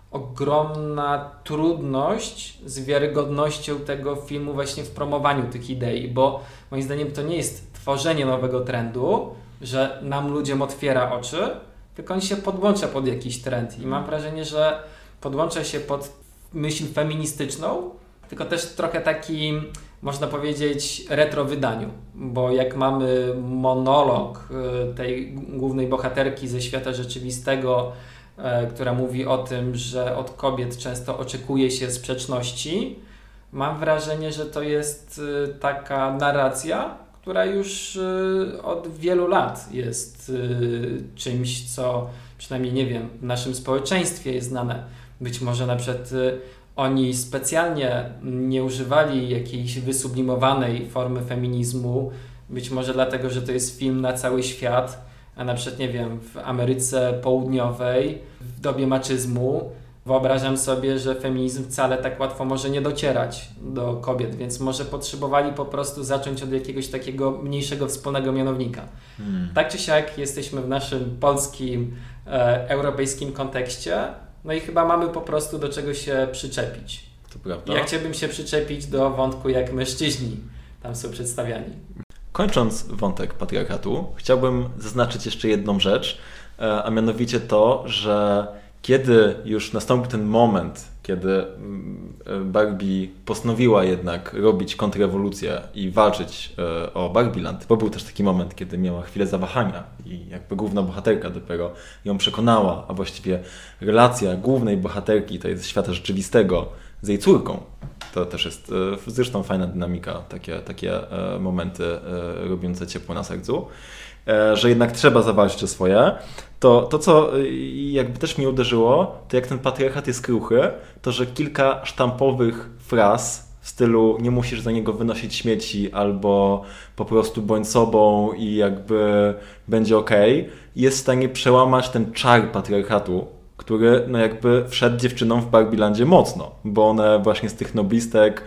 ogromna trudność z wiarygodnością tego filmu właśnie w promowaniu tych idei, bo moim zdaniem to nie jest tworzenie nowego trendu, że nam ludziom otwiera oczy, tylko on się podłącza pod jakiś trend i mam wrażenie, że podłącza się pod myśl feministyczną, tylko też trochę taki można powiedzieć, retro wydaniu, bo jak mamy monolog tej głównej bohaterki ze świata rzeczywistego, która mówi o tym, że od kobiet często oczekuje się sprzeczności, mam wrażenie, że to jest taka narracja, która już od wielu lat jest czymś, co przynajmniej, nie wiem, w naszym społeczeństwie jest znane. Być może na przykład oni specjalnie nie używali jakiejś wysublimowanej formy feminizmu, być może dlatego, że to jest film na cały świat, a na przykład, nie wiem, w Ameryce Południowej, w dobie maczyzmu, wyobrażam sobie, że feminizm wcale tak łatwo może nie docierać do kobiet, więc może potrzebowali po prostu zacząć od jakiegoś takiego mniejszego wspólnego mianownika. Tak czy siak jesteśmy w naszym polskim, europejskim kontekście, no i chyba mamy po prostu do czego się przyczepić. To prawda. Ja chciałbym się przyczepić do wątku, jak mężczyźni tam są przedstawiani. Kończąc wątek patriarchatu, chciałbym zaznaczyć jeszcze jedną rzecz, a mianowicie to, że kiedy już nastąpił ten moment, kiedy Barbie postanowiła jednak robić kontrrewolucję i walczyć o Barbieland, bo był też taki moment, kiedy miała chwilę zawahania i jakby główna bohaterka dopiero ją przekonała, a właściwie relacja głównej bohaterki, to jest świata rzeczywistego, z jej córką. To też jest zresztą fajna dynamika, takie momenty robiące ciepło na sercu, że jednak trzeba zawalczyć o swoje. To, co jakby też mnie uderzyło, to jak ten patriarchat jest kruchy, to że kilka sztampowych fraz w stylu nie musisz za niego wynosić śmieci albo po prostu bądź sobą i jakby będzie okej, jest w stanie przełamać ten czar patriarchatu, który no jakby wszedł dziewczynom w Barbielandzie mocno, bo one właśnie z tych noblistek,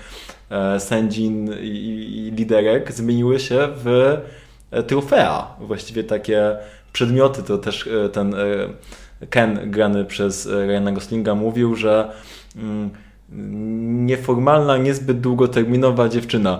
sędzin i liderek zmieniły się w trofea, właściwie takie przedmioty. To też ten Ken grany przez Ryana Goslinga mówił, że nieformalna, niezbyt długoterminowa dziewczyna.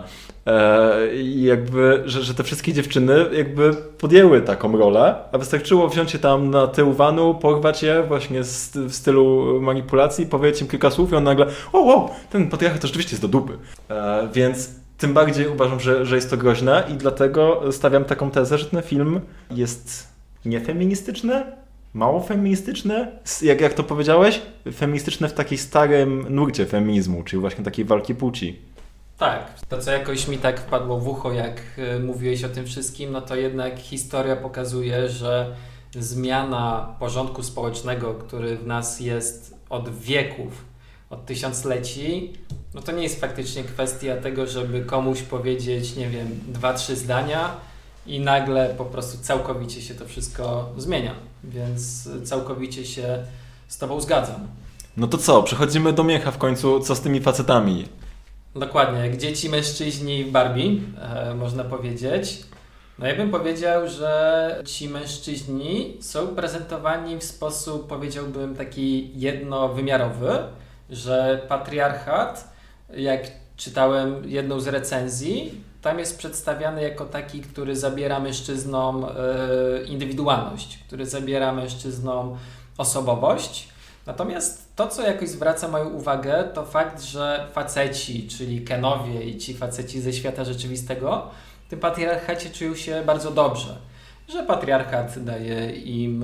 I jakby, że te wszystkie dziewczyny jakby podjęły taką rolę, a wystarczyło wziąć je tam na tył vanu, porwać je właśnie w stylu manipulacji, powiedzieć im kilka słów i on nagle wow, ten patriarchat to rzeczywiście jest do dupy. Więc tym bardziej uważam, że jest to groźne i dlatego stawiam taką tezę, że ten film jest niefeministyczny, mało feministyczny, jak to powiedziałeś, feministyczny w takiej starym nurcie feminizmu, czyli właśnie takiej walki płci. Tak, to co jakoś mi tak wpadło w ucho, jak mówiłeś o tym wszystkim, no to jednak historia pokazuje, że zmiana porządku społecznego, który w nas jest od wieków, od tysiącleci, no to nie jest faktycznie kwestia tego, żeby komuś powiedzieć, nie wiem, 2-3 zdania i nagle po prostu całkowicie się to wszystko zmienia, więc całkowicie się z Tobą zgadzam. No to co, przechodzimy do mięcha w końcu, co z tymi facetami? Dokładnie, jak dzieci, mężczyźni w Barbie, można powiedzieć. No ja bym powiedział, że ci mężczyźni są prezentowani w sposób, powiedziałbym, taki jednowymiarowy, że patriarchat, jak czytałem jedną z recenzji, tam jest przedstawiany jako taki, który zabiera mężczyznom indywidualność, który zabiera mężczyznom osobowość. Natomiast to, co jakoś zwraca moją uwagę, to fakt, że faceci, czyli Kenowie i ci faceci ze świata rzeczywistego, w tym patriarchacie czują się bardzo dobrze. Że patriarchat daje im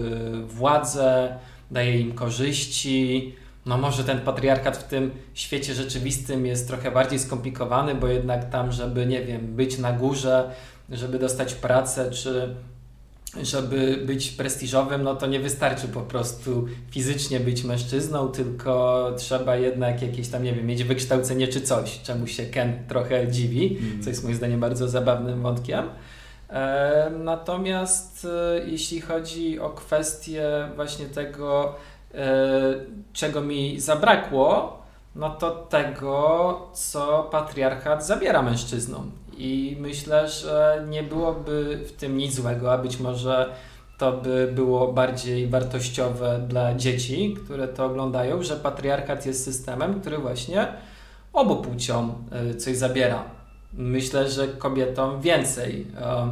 władzę, daje im korzyści. No może ten patriarchat w tym świecie rzeczywistym jest trochę bardziej skomplikowany, bo jednak tam, żeby, nie wiem, być na górze, żeby dostać pracę, czy żeby być prestiżowym, no to nie wystarczy po prostu fizycznie być mężczyzną, tylko trzeba jednak jakieś tam, nie wiem, mieć wykształcenie czy coś, czemu się Ken trochę dziwi, co jest moim zdaniem bardzo zabawnym wątkiem. Natomiast jeśli chodzi o kwestię właśnie tego, czego mi zabrakło, no to tego, co patriarchat zabiera mężczyznom. I myślę, że nie byłoby w tym nic złego, a być może to by było bardziej wartościowe dla dzieci, które to oglądają, że patriarchat jest systemem, który właśnie obu płciom coś zabiera. Myślę, że kobietom więcej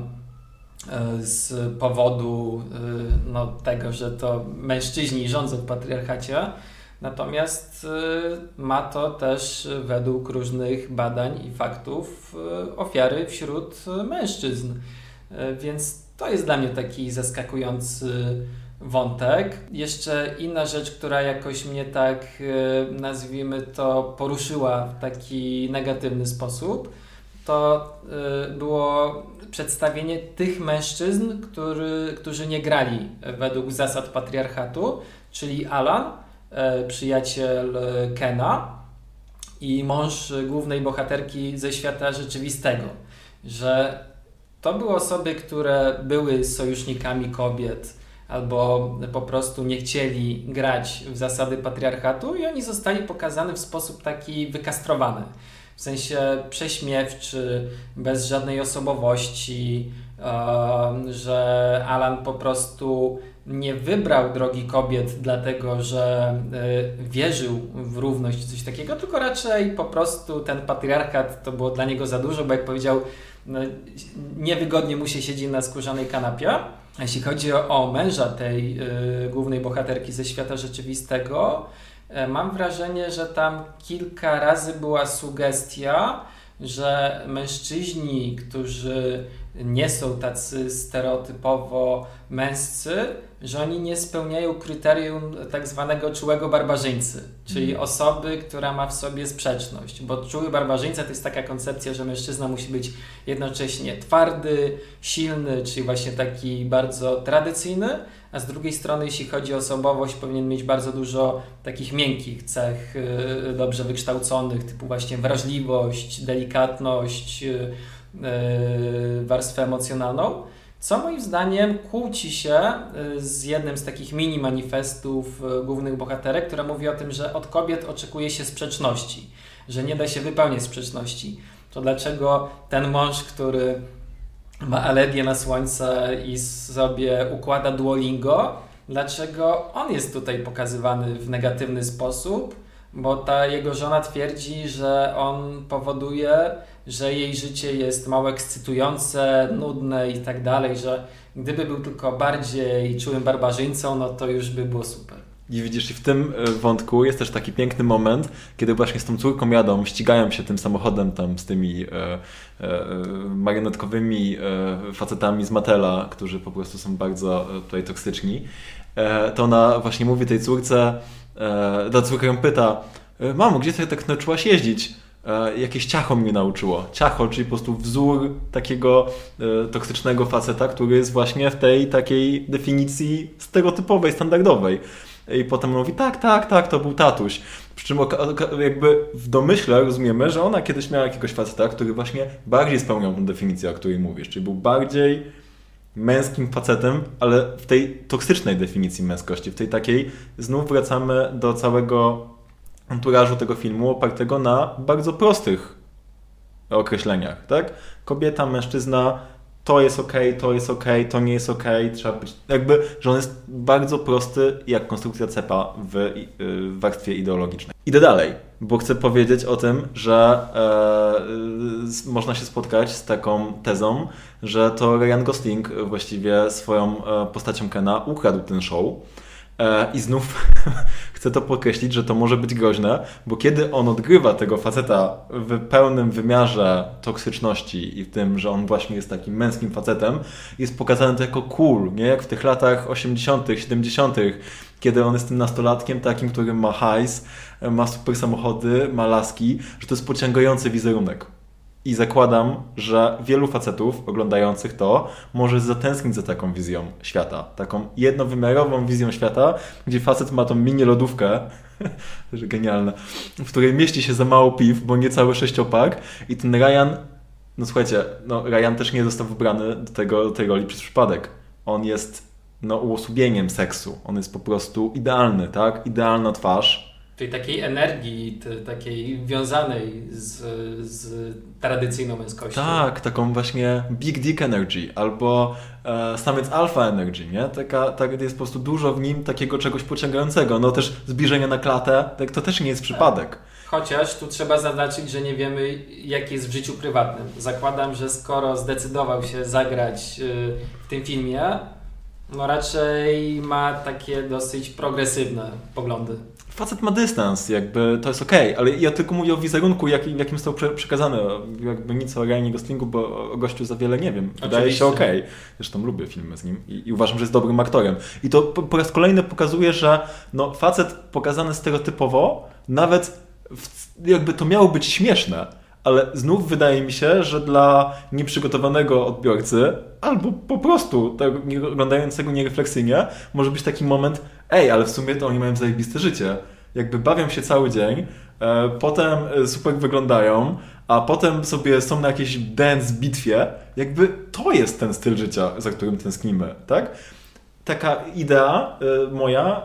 z powodu tego, że to mężczyźni rządzą w patriarchacie, Natomiast ma to też według różnych badań i faktów ofiary wśród mężczyzn. Więc to jest dla mnie taki zaskakujący wątek. Jeszcze inna rzecz, która jakoś mnie tak, nazwijmy to, poruszyła w taki negatywny sposób, to było przedstawienie tych mężczyzn, którzy nie grali według zasad patriarchatu, czyli Alan, przyjaciel Kena i mąż głównej bohaterki ze świata rzeczywistego, że to były osoby, które były sojusznikami kobiet albo po prostu nie chcieli grać w zasady patriarchatu i oni zostali pokazani w sposób taki wykastrowany. W sensie prześmiewczy, bez żadnej osobowości, że Alan po prostu nie wybrał drogi kobiet dlatego, że wierzył w równość czy coś takiego, tylko raczej po prostu ten patriarchat to było dla niego za dużo, bo jak powiedział, niewygodnie mu się siedzi na skórzanej kanapie. A jeśli chodzi o męża tej głównej bohaterki ze świata rzeczywistego, mam wrażenie, że tam kilka razy była sugestia, że mężczyźni, którzy nie są tacy stereotypowo męscy, że oni nie spełniają kryterium tak zwanego czułego barbarzyńcy, czyli osoby, która ma w sobie sprzeczność, bo czuły barbarzyńca to jest taka koncepcja, że mężczyzna musi być jednocześnie twardy, silny, czyli właśnie taki bardzo tradycyjny, a z drugiej strony jeśli chodzi o osobowość powinien mieć bardzo dużo takich miękkich cech, dobrze wykształconych, typu właśnie wrażliwość, delikatność, warstwę emocjonalną, co moim zdaniem kłóci się z jednym z takich mini manifestów głównych bohaterek, która mówi o tym, że od kobiet oczekuje się sprzeczności, że nie da się wypełnić sprzeczności. To dlaczego ten mąż, który ma alergię na słońce i sobie układa Duolingo, dlaczego on jest tutaj pokazywany w negatywny sposób? Bo ta jego żona twierdzi, że on powoduje, że jej życie jest mało ekscytujące, nudne i tak dalej, że gdyby był tylko bardziej czułym barbarzyńcą, no to już by było super. I widzisz, i w tym wątku jest też taki piękny moment, kiedy właśnie z tą córką jadą, ścigają się tym samochodem tam z tymi marionetkowymi facetami z Mattela, którzy po prostu są bardzo tutaj toksyczni. To ona właśnie mówi tej córce, ta córka ją pyta: mamo, gdzie ty tak nauczyłaś jeździć? Jakieś ciacho mnie nauczyło. Ciacho, czyli po prostu wzór takiego toksycznego faceta, który jest właśnie w tej takiej definicji stereotypowej, standardowej. I potem mówi, tak, to był tatuś. Przy czym jakby w domyśle rozumiemy, że ona kiedyś miała jakiegoś faceta, który właśnie bardziej spełniał tę definicję, o której mówisz. Czyli był bardziej męskim facetem, ale w tej toksycznej definicji męskości, w tej takiej, znów wracamy do całego anturażu tego filmu opartego na bardzo prostych określeniach, tak? Kobieta, mężczyzna, to jest okej, to nie jest okej, trzeba być, jakby, że on jest bardzo prosty jak konstrukcja cepa w warstwie ideologicznej. Idę dalej, bo chcę powiedzieć o tym, że można się spotkać z taką tezą, że to Ryan Gosling właściwie swoją postacią Kena ukradł ten show. I znów chcę to podkreślić, że to może być groźne, bo kiedy on odgrywa tego faceta w pełnym wymiarze toksyczności i w tym, że on właśnie jest takim męskim facetem, jest pokazane to jako cool, nie? Jak w tych latach 80., 70., kiedy on jest tym nastolatkiem takim, który ma hajs, ma super samochody, ma laski, że to jest pociągający wizerunek. I zakładam, że wielu facetów oglądających to może zatęsknić za taką wizją świata. Taką jednowymiarową wizją świata, gdzie facet ma tą mini lodówkę, genialne, w której mieści się za mało piw, bo nie cały sześciopak. I ten Ryan, no słuchajcie, Ryan też nie został wybrany do tej roli przez przypadek. On jest uosobieniem seksu. On jest po prostu idealny, tak? Idealna twarz. Tej takiej energii, takiej wiązanej z tradycyjną męskością. Tak, taką właśnie big dick energy albo samiec alpha energy, nie? Tak jest po prostu dużo w nim takiego czegoś pociągającego. No też zbliżenie na klatę, tak, to też nie jest przypadek. Chociaż tu trzeba zaznaczyć, że nie wiemy, jak jest w życiu prywatnym. Zakładam, że skoro zdecydował się zagrać w tym filmie, No raczej ma takie dosyć progresywne poglądy. Facet ma dystans, jakby to jest okej, ale ja tylko mówię o wizerunku, jakim został przekazany. Jakby nic o Ryanie Goslingu, bo o gościu za wiele nie wiem. Wydaje się okej. Zresztą lubię filmy z nim i uważam, że jest dobrym aktorem. I to po raz kolejny pokazuje, że no, facet pokazany stereotypowo, nawet jakby to miało być śmieszne, ale znów wydaje mi się, że dla nieprzygotowanego odbiorcy albo po prostu oglądającego nierefleksyjnie może być taki moment, ale w sumie to oni mają zajebiste życie. Jakby bawią się cały dzień, potem super wyglądają, a potem sobie są na jakiejś dance bitwie. Jakby to jest ten styl życia, za którym tęsknimy, tak? Taka idea moja,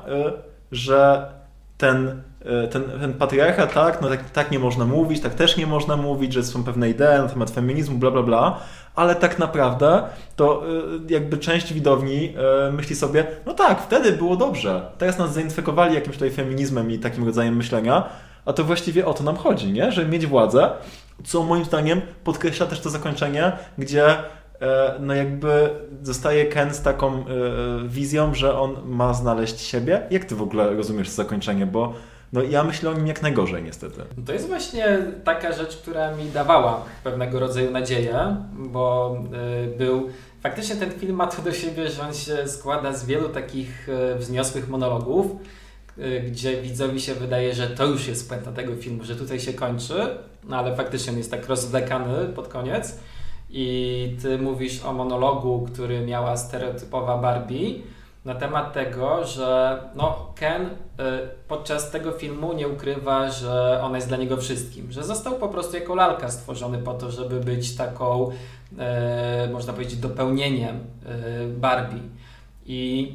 że ten patriarchat, tak, no tak nie można mówić, tak też nie można mówić, że są pewne idee na temat feminizmu, bla, bla, bla, ale tak naprawdę to jakby część widowni myśli sobie, no tak, wtedy było dobrze, teraz nas zainfekowali jakimś tutaj feminizmem i takim rodzajem myślenia, a to właściwie o to nam chodzi, nie? Żeby mieć władzę, co moim zdaniem podkreśla też to zakończenie, gdzie no jakby zostaje Ken z taką wizją, że on ma znaleźć siebie. Jak ty w ogóle rozumiesz to zakończenie? Bo no ja myślę o nim jak najgorzej niestety. To jest właśnie taka rzecz, która mi dawała pewnego rodzaju nadzieję, bo faktycznie ten film ma to do siebie, że on się składa z wielu takich wzniosłych monologów, gdzie widzowi się wydaje, że to już jest puenta tego filmu, że tutaj się kończy, no ale faktycznie on jest tak rozwlekany pod koniec. I ty mówisz o monologu, który miała stereotypowa Barbie na temat tego, że no Ken podczas tego filmu nie ukrywa, że ona jest dla niego wszystkim, że został po prostu jako lalka stworzony po to, żeby być taką, można powiedzieć, dopełnieniem Barbie. I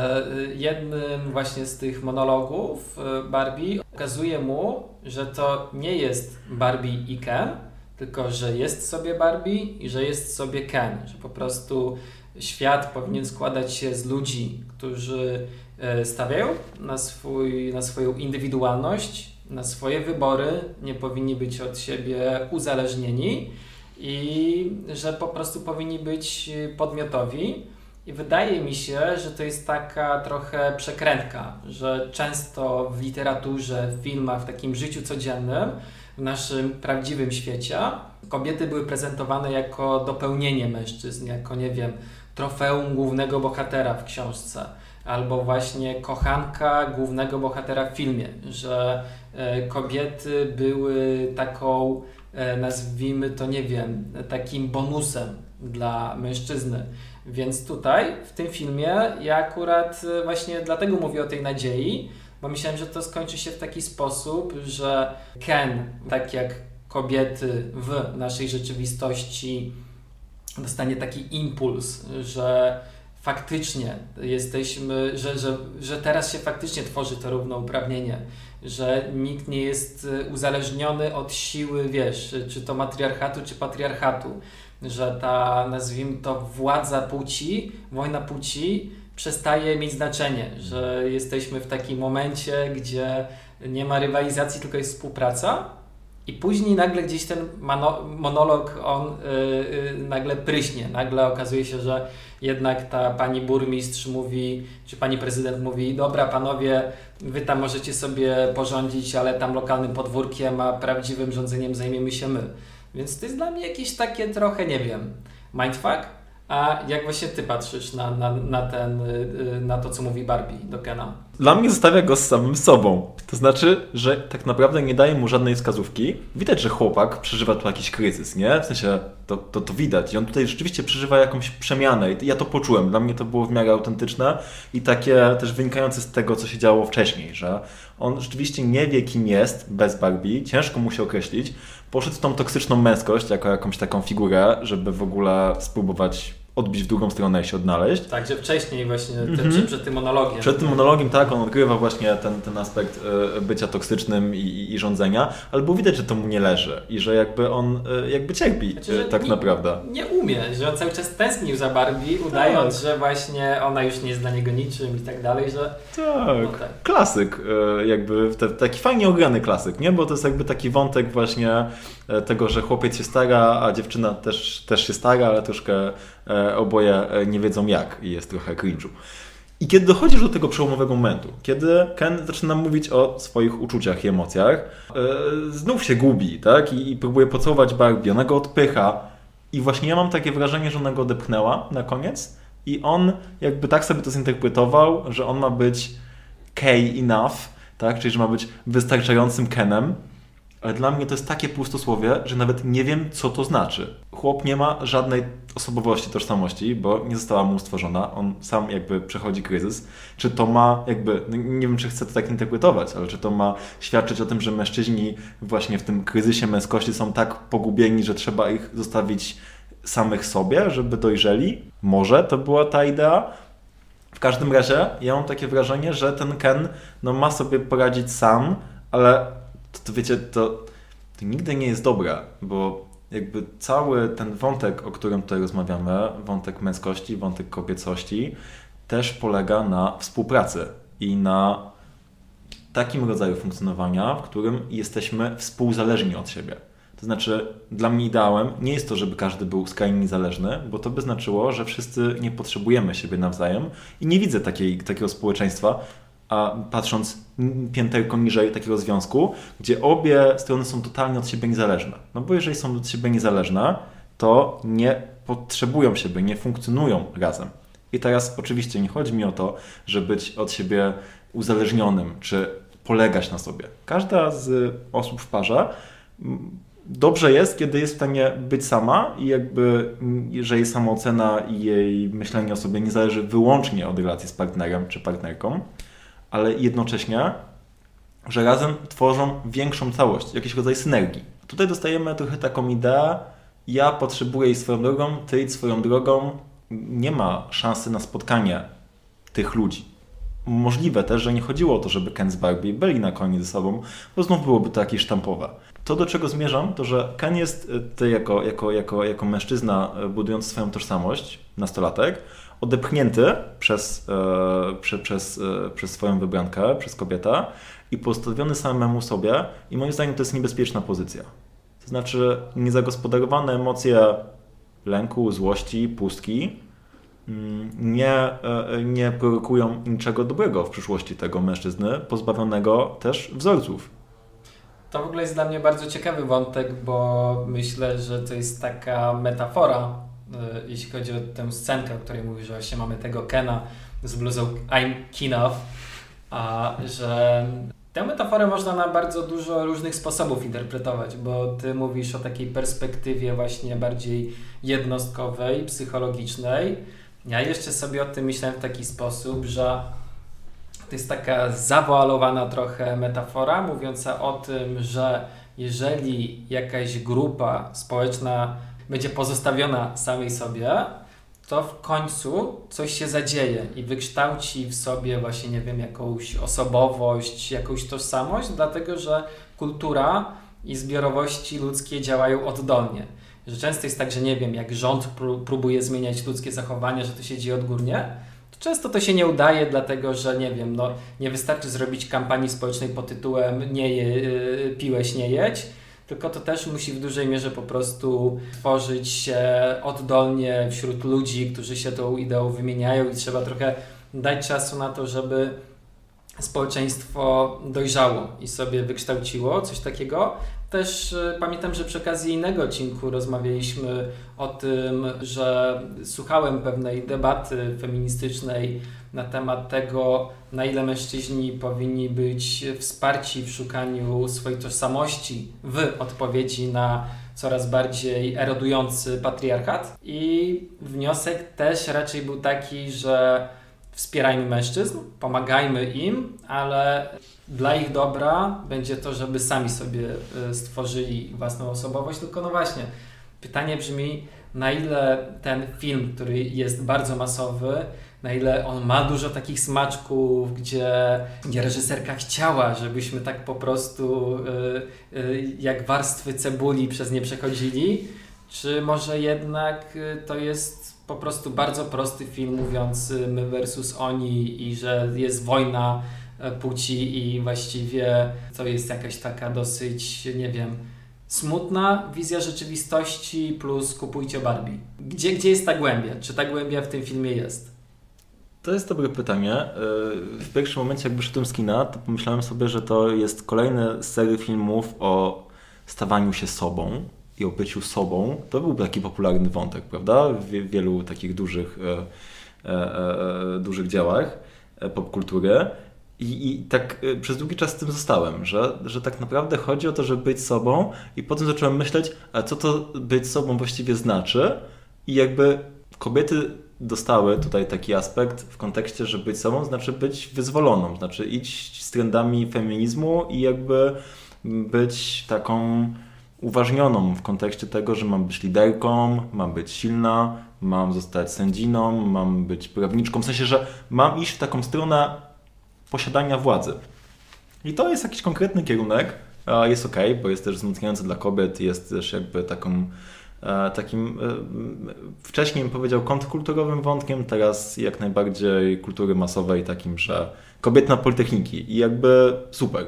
jednym właśnie z tych monologów Barbie ukazuje mu, że to nie jest Barbie i Ken, tylko że jest sobie Barbie i że jest sobie Ken, że po prostu świat powinien składać się z ludzi, którzy stawiają na swoją indywidualność, na swoje wybory, nie powinni być od siebie uzależnieni i że po prostu powinni być podmiotowi. I wydaje mi się, że to jest taka trochę przekrętka, że często w literaturze, w filmach, w takim życiu codziennym, w naszym prawdziwym świecie kobiety były prezentowane jako dopełnienie mężczyzn, jako, nie wiem, trofeum głównego bohatera w książce, albo właśnie kochanka głównego bohatera w filmie, że kobiety były taką, nazwijmy to, nie wiem, takim bonusem dla mężczyzny. Więc tutaj, w tym filmie, ja akurat właśnie dlatego mówię o tej nadziei, bo myślałem, że to skończy się w taki sposób, że Ken, tak jak kobiety w naszej rzeczywistości, dostanie taki impuls, że faktycznie jesteśmy, że teraz się faktycznie tworzy to równouprawnienie, że nikt nie jest uzależniony od siły, wiesz, czy to matriarchatu, czy patriarchatu, że ta, nazwijmy to, władza płci, wojna płci przestaje mieć znaczenie, że jesteśmy w takim momencie, gdzie nie ma rywalizacji, tylko jest współpraca i później nagle gdzieś ten monolog on nagle pryśnie, nagle okazuje się, że jednak ta pani burmistrz mówi, czy pani prezydent mówi, dobra panowie, wy tam możecie sobie porządzić, ale tam lokalnym podwórkiem, a prawdziwym rządzeniem zajmiemy się my. Więc to jest dla mnie jakieś takie trochę, nie wiem, mindfuck. A jak właśnie ty patrzysz na to, co mówi Barbie do Kena? Dla mnie zostawia go z samym sobą. To znaczy, że tak naprawdę nie daje mu żadnej wskazówki. Widać, że chłopak przeżywa tu jakiś kryzys, nie? W sensie to widać. I on tutaj rzeczywiście przeżywa jakąś przemianę. I ja to poczułem. Dla mnie to było w miarę autentyczne i takie też wynikające z tego, co się działo wcześniej, że on rzeczywiście nie wie, kim jest bez Barbie. Ciężko mu się określić. Poszedł w tą toksyczną męskość jako jakąś taką figurę, żeby w ogóle spróbować odbić w drugą stronę i się odnaleźć. Także wcześniej właśnie, przed tym monologiem. Przed tym monologiem, tak, on odgrywa właśnie ten aspekt bycia toksycznym i rządzenia, ale było widać, że to mu nie leży i że jakby on cierpi, znaczy, tak naprawdę. Nie umie, że on cały czas tęsknił za Barbie, udając, że właśnie ona już nie jest dla niego niczym i tak dalej, że... Tak, no tak. Klasyk, jakby taki fajnie ograny klasyk, nie? Bo to jest jakby taki wątek właśnie tego, że chłopiec się stara, a dziewczyna też się stara, ale troszkę oboje nie wiedzą jak i jest trochę cringe'u. I kiedy dochodzisz do tego przełomowego momentu, kiedy Ken zaczyna mówić o swoich uczuciach i emocjach, znów się gubi, tak? I próbuje pocałować Barbie, ona go odpycha. I właśnie ja mam takie wrażenie, że ona go odepchnęła na koniec i on jakby tak sobie to zinterpretował, że on ma być enough, tak? Czyli że ma być wystarczającym Kenem. Ale dla mnie to jest takie pustosłowie, że nawet nie wiem, co to znaczy. Chłop nie ma żadnej osobowości, tożsamości, bo nie została mu stworzona. On sam jakby przechodzi kryzys. Czy to ma jakby, nie wiem, czy chcę to tak interpretować, ale czy to ma świadczyć o tym, że mężczyźni właśnie w tym kryzysie męskości są tak pogubieni, że trzeba ich zostawić samych sobie, żeby dojrzeli? Może to była ta idea? W każdym razie ja mam takie wrażenie, że ten Ken ma sobie poradzić sam, ale to wiecie, to nigdy nie jest dobre, bo jakby cały ten wątek, o którym tutaj rozmawiamy, wątek męskości, wątek kobiecości, też polega na współpracy i na takim rodzaju funkcjonowania, w którym jesteśmy współzależni od siebie. To znaczy, dla mnie ideałem nie jest to, żeby każdy był skrajnie niezależny, bo to by znaczyło, że wszyscy nie potrzebujemy siebie nawzajem i nie widzę takiego społeczeństwa, a patrząc pięterko niżej takiego związku, gdzie obie strony są totalnie od siebie niezależne. No bo jeżeli są od siebie niezależne, to nie potrzebują siebie, nie funkcjonują razem. I teraz oczywiście nie chodzi mi o to, żeby być od siebie uzależnionym, czy polegać na sobie. Każda z osób w parze dobrze jest, kiedy jest w stanie być sama i jakby, że jej samoocena i jej myślenie o sobie nie zależy wyłącznie od relacji z partnerem czy partnerką, ale jednocześnie, że razem tworzą większą całość, jakiś rodzaj synergii. Tutaj dostajemy trochę taką ideę, ja potrzebuję iść swoją drogą, ty idź swoją drogą. Nie ma szansy na spotkanie tych ludzi. Możliwe też, że nie chodziło o to, żeby Ken z Barbie byli na koniec ze sobą, bo znów byłoby to jakieś sztampowe. To, do czego zmierzam, to że Ken jest jako mężczyzna budujący swoją tożsamość, nastolatek, odepchnięty przez swoją wybrankę, przez kobietę i postawiony samemu sobie i moim zdaniem to jest niebezpieczna pozycja. To znaczy niezagospodarowane emocje lęku, złości, pustki nie produkują niczego dobrego w przyszłości tego mężczyzny, pozbawionego też wzorców. To w ogóle jest dla mnie bardzo ciekawy wątek, bo myślę, że to jest taka metafora, jeśli chodzi o tę scenkę, o której mówisz, że właśnie mamy tego Kena z bluzą I'm Kenough, a że tę metaforę można na bardzo dużo różnych sposobów interpretować, bo ty mówisz o takiej perspektywie właśnie bardziej jednostkowej, psychologicznej. Ja jeszcze sobie o tym myślałem w taki sposób, że to jest taka zawoalowana trochę metafora, mówiąca o tym, że jeżeli jakaś grupa społeczna będzie pozostawiona samej sobie, to w końcu coś się zadzieje i wykształci w sobie właśnie, nie wiem, jakąś osobowość, jakąś tożsamość, dlatego że kultura i zbiorowości ludzkie działają oddolnie. Że często jest tak, że nie wiem, jak rząd próbuje zmieniać ludzkie zachowania, że to się dzieje odgórnie, to często to się nie udaje, dlatego że nie wiem, nie wystarczy zrobić kampanii społecznej pod tytułem piłeś, nie jedź, tylko to też musi w dużej mierze po prostu tworzyć się oddolnie wśród ludzi, którzy się tą ideą wymieniają i trzeba trochę dać czasu na to, żeby społeczeństwo dojrzało i sobie wykształciło coś takiego. Też pamiętam, że przy okazji innego odcinku rozmawialiśmy o tym, że słuchałem pewnej debaty feministycznej na temat tego, na ile mężczyźni powinni być wsparci w szukaniu swojej tożsamości w odpowiedzi na coraz bardziej erodujący patriarchat. I wniosek też raczej był taki, że wspierajmy mężczyzn, pomagajmy im, ale dla ich dobra będzie to, żeby sami sobie stworzyli własną osobowość. Tylko no właśnie, pytanie brzmi, na ile ten film, który jest bardzo masowy, na ile on ma dużo takich smaczków, gdzie reżyserka chciała, żebyśmy tak po prostu jak warstwy cebuli przez nie przechodzili, czy może jednak to jest po prostu bardzo prosty film mówiący my versus oni i że jest wojna płci i właściwie to jest jakaś taka dosyć, nie wiem, smutna wizja rzeczywistości plus kupujcie Barbie. Gdzie jest ta głębia? Czy ta głębia w tym filmie jest? To jest dobre pytanie. W pierwszym momencie jak wyszedłem z kina, to pomyślałem sobie, że to jest kolejny z serii filmów o stawaniu się sobą i o byciu sobą. To był taki popularny wątek, prawda? W wielu takich dużych dziełach popkultury. I tak przez długi czas z tym zostałem, że tak naprawdę chodzi o to, żeby być sobą i potem zacząłem myśleć, a co to być sobą właściwie znaczy? I jakby kobiety dostały tutaj taki aspekt w kontekście, że być sobą znaczy być wyzwoloną, znaczy iść z trendami feminizmu i jakby być taką uważnioną w kontekście tego, że mam być liderką, mam być silna, mam zostać sędziną, mam być prawniczką, w sensie, że mam iść w taką stronę posiadania władzy. I to jest jakiś konkretny kierunek, jest okej, bo jest też wzmacniający dla kobiet, jest też jakby takim wcześniej bym powiedział kontrkulturowym wątkiem, teraz jak najbardziej kultury masowej, takim, że kobiety na politechniki i jakby super.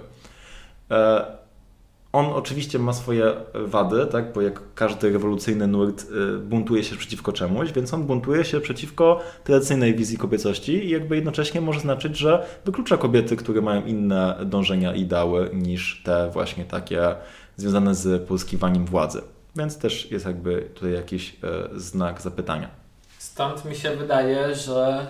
On oczywiście ma swoje wady, tak? Bo jak każdy rewolucyjny nurt buntuje się przeciwko czemuś, więc on buntuje się przeciwko tradycyjnej wizji kobiecości i jakby jednocześnie może znaczyć, że wyklucza kobiety, które mają inne dążenia i ideały niż te właśnie takie związane z pozyskiwaniem władzy. Więc też jest jakby tutaj jakiś znak zapytania. Stąd mi się wydaje, że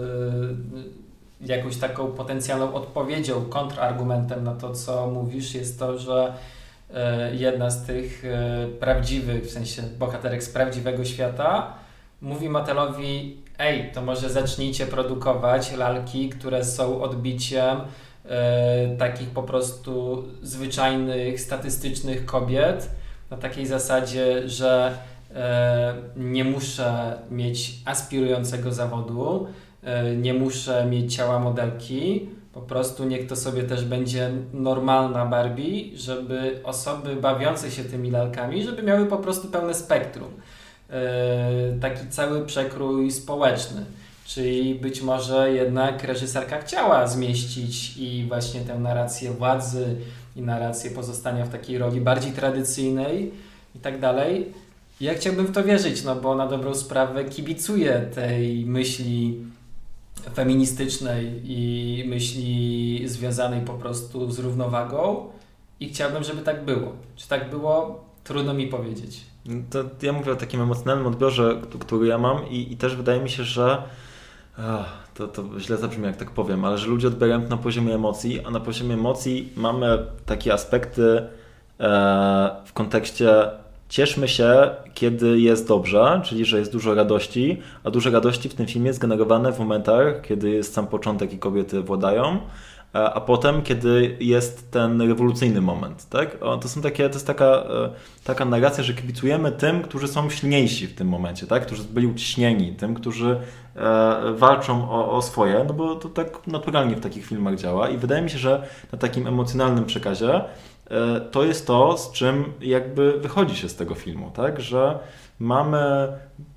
jakąś taką potencjalną odpowiedzią, kontrargumentem na to, co mówisz, jest to, że jedna z tych prawdziwych, w sensie bohaterek z prawdziwego świata, mówi Mattelowi: ej, to może zacznijcie produkować lalki, które są odbiciem takich po prostu zwyczajnych, statystycznych kobiet, na takiej zasadzie, że nie muszę mieć aspirującego zawodu, nie muszę mieć ciała modelki, po prostu niech to sobie też będzie normalna Barbie, żeby osoby bawiące się tymi lalkami, żeby miały po prostu pełne spektrum. Taki cały przekrój społeczny. Czyli być może jednak reżyserka chciała zmieścić i właśnie tę narrację władzy i narrację pozostania w takiej roli bardziej tradycyjnej i tak dalej. Ja chciałbym w to wierzyć, no bo na dobrą sprawę kibicuję tej myśli feministycznej i myśli związanej po prostu z równowagą i chciałbym, żeby tak było. Czy tak było? Trudno mi powiedzieć. To ja mówię o takim emocjonalnym odbiorze, który ja mam i też wydaje mi się, że to źle zabrzmi, jak tak powiem, ale że ludzie odbierają to na poziomie emocji, a na poziomie emocji mamy takie aspekty w kontekście cieszmy się, kiedy jest dobrze, czyli że jest dużo radości, a dużo radości w tym filmie jest generowane w momentach, kiedy jest sam początek i kobiety władają, a potem, kiedy jest ten rewolucyjny moment, tak? To jest taka narracja, że kibicujemy tym, którzy są silniejsi w tym momencie, tak? Którzy byli uciśnieni, tym, którzy walczą o swoje, no bo to tak naturalnie w takich filmach działa i wydaje mi się, że na takim emocjonalnym przekazie to jest to, z czym jakby wychodzi się z tego filmu, tak? Że mamy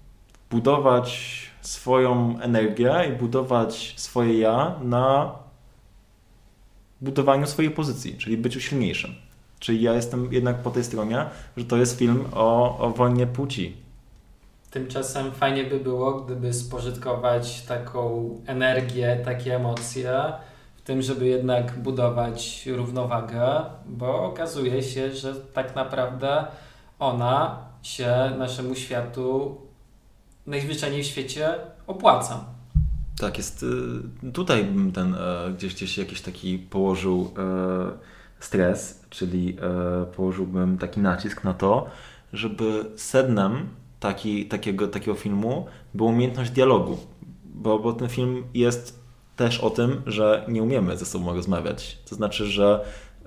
budować swoją energię i budować swoje ja na budowaniu swojej pozycji, czyli byciu silniejszym. Czyli ja jestem jednak po tej stronie, że to jest film o wojnie płci. Tymczasem fajnie by było, gdyby spożytkować taką energię, takie emocje w tym, żeby jednak budować równowagę, bo okazuje się, że tak naprawdę ona się naszemu światu najzwyczajniej w świecie opłaca. Tak, jest. Tutaj bym gdzieś jakiś taki położył stres, czyli położyłbym taki nacisk na to, żeby sednem takiego filmu była umiejętność dialogu, bo ten film jest też o tym, że nie umiemy ze sobą rozmawiać. To znaczy, że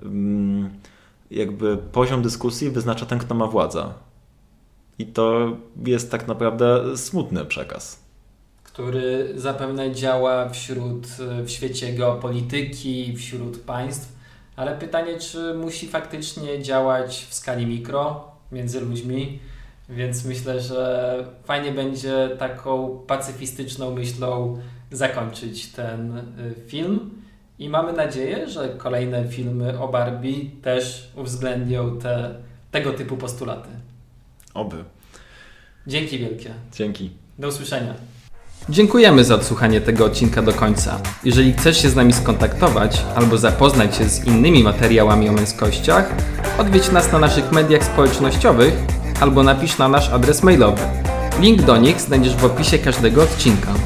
jakby poziom dyskusji wyznacza ten, kto ma władzę. I to jest tak naprawdę smutny przekaz, który zapewne działa w świecie geopolityki, wśród państw, ale pytanie, czy musi faktycznie działać w skali mikro, między ludźmi, więc myślę, że fajnie będzie taką pacyfistyczną myślą zakończyć ten film i mamy nadzieję, że kolejne filmy o Barbie też uwzględnią te tego typu postulaty. Oby. Dzięki wielkie. Dzięki. Do usłyszenia. Dziękujemy za odsłuchanie tego odcinka do końca. Jeżeli chcesz się z nami skontaktować albo zapoznać się z innymi materiałami o męskościach, odwiedź nas na naszych mediach społecznościowych albo napisz na nasz adres mailowy. Link do nich znajdziesz w opisie każdego odcinka.